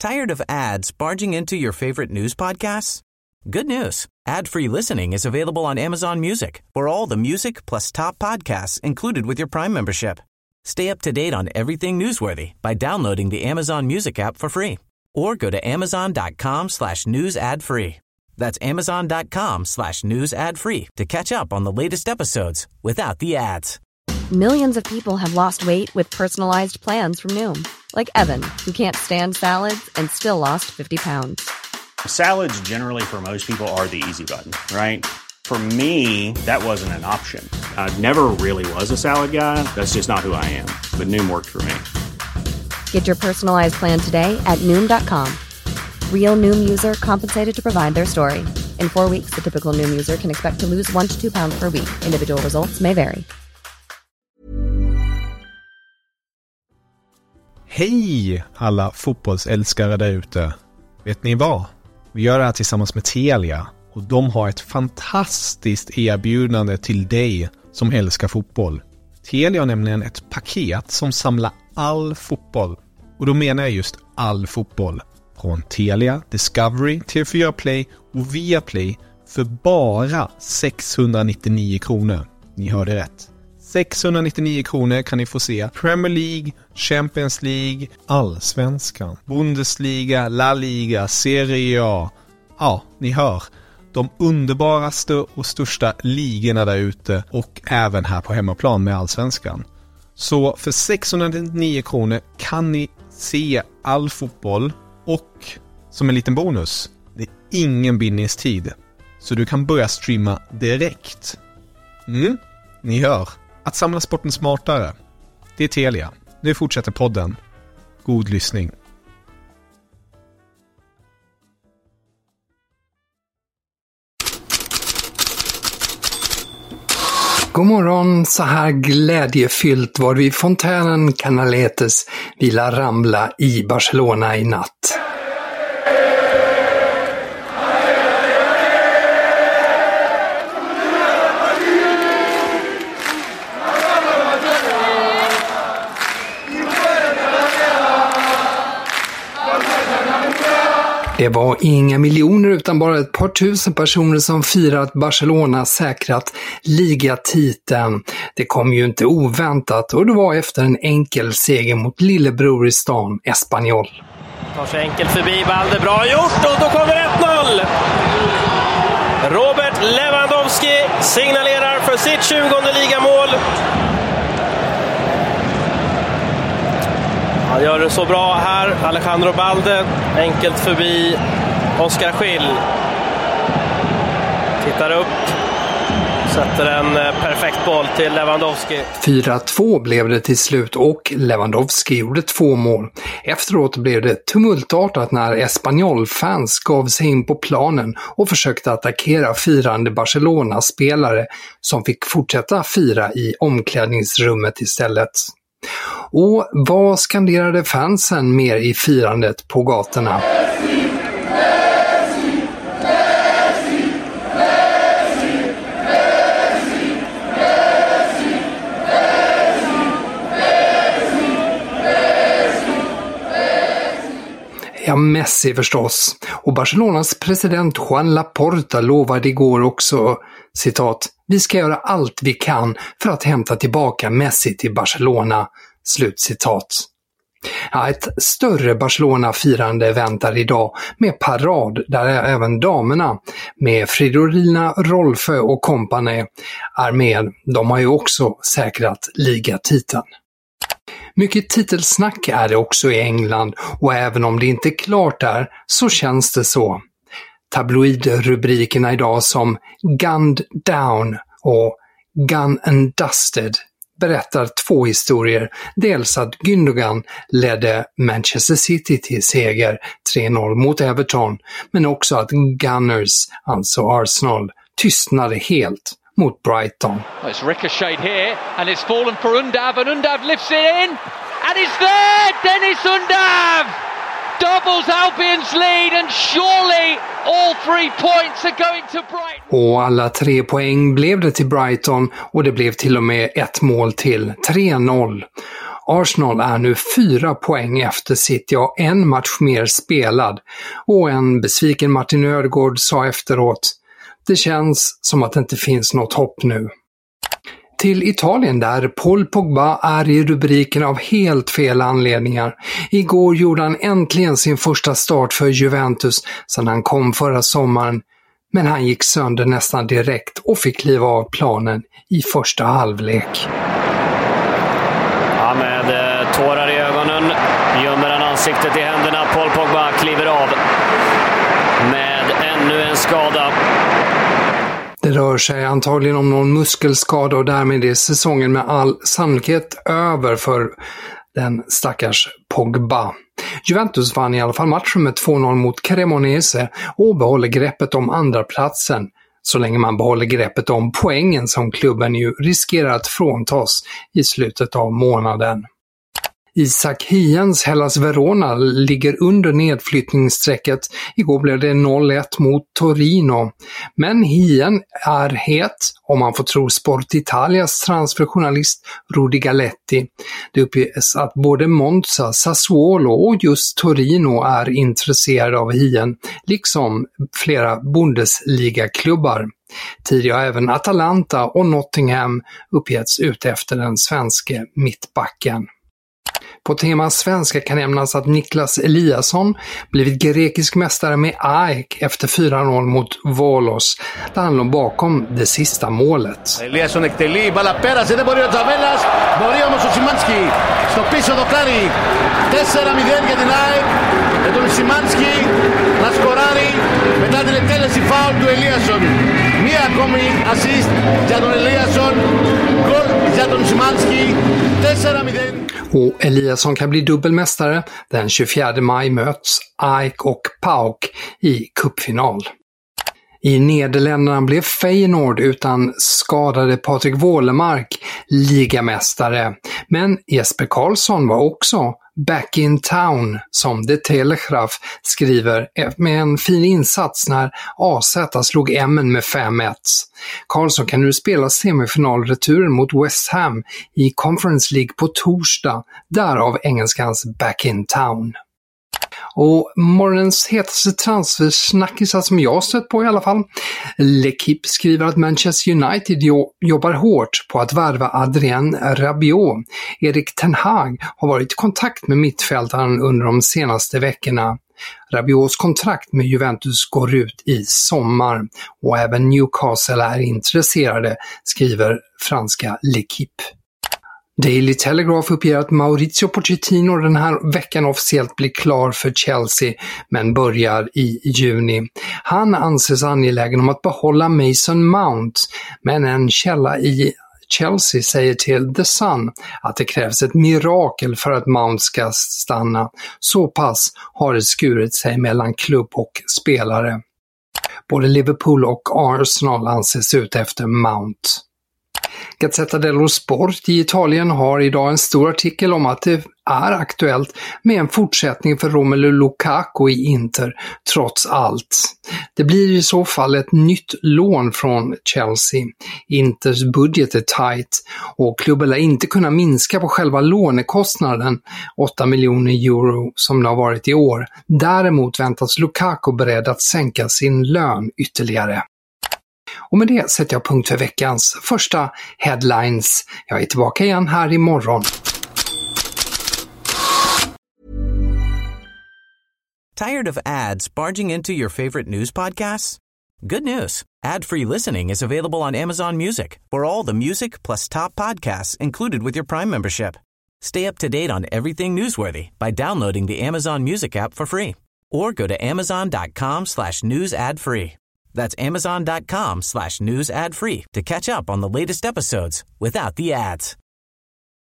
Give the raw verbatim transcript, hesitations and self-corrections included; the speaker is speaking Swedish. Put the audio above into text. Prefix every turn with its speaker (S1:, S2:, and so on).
S1: Tired of ads barging into your favorite news podcasts? Good news. Ad-free listening is available on Amazon Music for all the music plus top podcasts included with your Prime membership. Stay up to date on everything newsworthy by downloading the Amazon Music app for free or go to amazon.com slash news ad free. That's amazon.com slash news ad free to catch up on the latest episodes without the ads.
S2: Millions of people have lost weight with personalized plans from Noom. Like Evan, who can't stand salads and still lost fifty pounds.
S3: Salads generally for most people are the easy button, right? For me, that wasn't an option. I never really was a salad guy. That's just not who I am. But Noom worked for me.
S2: Get your personalized plan today at Noom dot com. Real Noom user compensated to provide their story. In four weeks, the typical Noom user can expect to lose one to two pounds per week. Individual results may vary.
S4: Hej alla fotbollsälskare där ute. Vet ni vad? Vi gör det här tillsammans med Telia. Och de har ett fantastiskt erbjudande till dig som älskar fotboll. Telia har nämligen ett paket som samlar all fotboll. Och då menar jag just all fotboll. Från Telia, Discovery, T V fyra Play och Viaplay för bara sexhundranittionio kronor. Ni hörde rätt. sexhundranittionio kronor kan ni få se Premier League, Champions League, Allsvenskan, Bundesliga, La Liga, Serie A. Ja, ni hör. De underbaraste och största ligorna där ute och även här på hemmaplan med Allsvenskan. Så för sexhundranittionio kronor kan ni se all fotboll och som en liten bonus, det är ingen bindningstid. Så du kan börja streama direkt. Mm, ni hör. Att samla sporten smartare. Det är Telia. Nu fortsätter podden. God lyssning.
S5: God morgon, så här glädjefyllt var vi i fontänen Canaletes Villa Rambla i Barcelona i natt. Det var inga miljoner utan bara ett par tusen personer som firat att Barcelona säkrat ligatiteln. Det kom ju inte oväntat och det var efter en enkel seger mot lillebror i stan, Espanyol.
S6: Tar sig enkelt förbi Balde, bra gjort och då kommer ett noll! Robert Lewandowski signalerar för sitt tjugonde ligamål. Han gör det så bra här, Alejandro Balde, enkelt förbi Oskar Schill. Tittar upp, sätter en perfekt boll till Lewandowski.
S5: fyra två blev det till slut och Lewandowski gjorde två mål. Efteråt blev det tumultartat när Espanyol-fans gav sig in på planen och försökte attackera firande Barcelona-spelare som fick fortsätta fira i omklädningsrummet istället. Och vad skanderade fansen mer i firandet på gatorna? Messi, Messi, Messi, Messi, Messi, Messi, Messi, Messi. Ja, Messi förstås. Och Barcelonas president Juan Laporta lovade igår också, citat, vi ska göra allt vi kan för att hämta tillbaka Messi till Barcelona. Slutcitat. Ja, ett större Barcelona-firande väntar idag med parad där även damerna med Fridolina Rolfö och kompani är med. De har ju också säkrat ligatiteln. Mycket titelsnack är det också i England och även om det inte är klart där så känns det så. Tabloidrubrikerna idag som Gunned Down och Gun and Dusted berättar två historier. Dels att Gündogan ledde Manchester City till seger tre noll mot Everton, men också att Gunners, alltså Arsenal, tystnade helt mot Brighton.
S7: It's ricocheted here and it's fallen for Undav and Undav lifts it in and it's there! Dennis Undav doubles Albion's lead and surely all three points are going to Brighton.
S5: Och alla tre poäng blev det till Brighton och det blev till och med ett mål till, tre noll. Arsenal är nu fyra poäng efter City och en match mer spelad, och en besviken Martin Ödegaard sa efteråt: det känns som att det inte finns något hopp nu. Till Italien där Paul Pogba är i rubriken av helt fel anledningar. Igår gjorde han äntligen sin första start för Juventus sedan han kom förra sommaren, men han gick sönder nästan direkt och fick kliva av planen i första halvlek.
S8: Ja, med eh, tårar i ögonen gömmer han ansiktet i händerna. Paul Pogba kliver av med ännu en skada.
S5: Det rör sig antagligen om någon muskelskada och därmed är säsongen med all sannolikhet över för den stackars Pogba. Juventus vann i alla fall matchen med två noll mot Cremonese och behåller greppet om andra platsen, så länge man behåller greppet om poängen som klubben ju riskerar att fråntas i slutet av månaden. Isak Hiens Hellas Verona ligger under nedflyttningsstrecket. Igår blev det noll ett mot Torino. Men Hien är het, om man får tro Sport Italias transferjournalist Rudi Galletti. Det uppges att både Monza, Sassuolo och just Torino är intresserade av Hien, liksom flera Bundesliga-klubbar. Tidigare har även Atalanta och Nottingham uppgetts ut efter den svenske mittbacken. På tema svenska kan nämnas att Niklas Eliasson blivit grekisk mästare med AEK efter fyra noll mot Volos, där han låg bakom det sista målet.
S9: Eliasson εκτελεί, μπάλα πέρασε, δεν μπορεί ο Τζαβέλας, μπορεί όμως ο Σιμάνσκι, στο πίσω δοκάρι, τέσσερα μηδέν για την ΑΕΚ, με τον Σιμάνσκι να σκοράρει μετά την εκτέλεση φάουλ του Eliasson. Μία ακόμη assist για τον Eliasson, γκολ για τον Σιμάνσκι, τέσσερα μηδέn. Och Eliasson kan bli dubbelmästare. Den tjugofjärde maj möts AEK och PAOK i cupfinal. I Nederländerna blev Feyenoord utan skadade Patrik Wålemark ligamästare. Men Jesper Karlsson var också back in town, som The Telegraph skriver, med en fin insats när A Z slog Emmen med fem ett. Karlsson kan nu spela semifinalreturen mot West Ham i Conference League på torsdag, därav engelskans back in town. Och morgonens hetaste transfersnackisar som jag stött på i alla fall. L'Equipe skriver att Manchester United jo- jobbar hårt på att värva Adrien Rabiot. Erik Ten Hag har varit i kontakt med mittfältaren under de senaste veckorna. Rabiots kontrakt med Juventus går ut i sommar och även Newcastle är intresserade, skriver franska L'Equipe. Daily Telegraph uppger att Mauricio Pochettino den här veckan officiellt blir klar för Chelsea, men börjar i juni. Han anses angelägen om att behålla Mason Mount, men en källa i Chelsea säger till The Sun att det krävs ett mirakel för att Mount ska stanna. Så pass har det skurit sig mellan klubb och spelare. Både Liverpool och Arsenal anses ut efter Mount. Gazzetta dello Sport i Italien har idag en stor artikel om att det är aktuellt med en fortsättning för Romelu Lukaku i Inter trots allt. Det blir i så fall ett nytt lån från Chelsea. Inters budget är tight och klubben lär inte kunna minska på själva lånekostnaden, åtta miljoner euro som det har varit i år. Däremot väntas Lukaku beredd att sänka sin lön ytterligare. Och med det sätter jag punkt för veckans första headlines. Jag är tillbaka igen här imorgon.
S1: Tired of ads barging into your favorite news podcasts? Good news. Ad-free listening is available on Amazon Music for all the music plus top podcasts included with your Prime membership. Stay up to date on everything newsworthy by downloading the Amazon Music app for free or go to amazon.com slash news ad free. That's amazon.com slash news ad free to catch up on the latest episodes without the ads.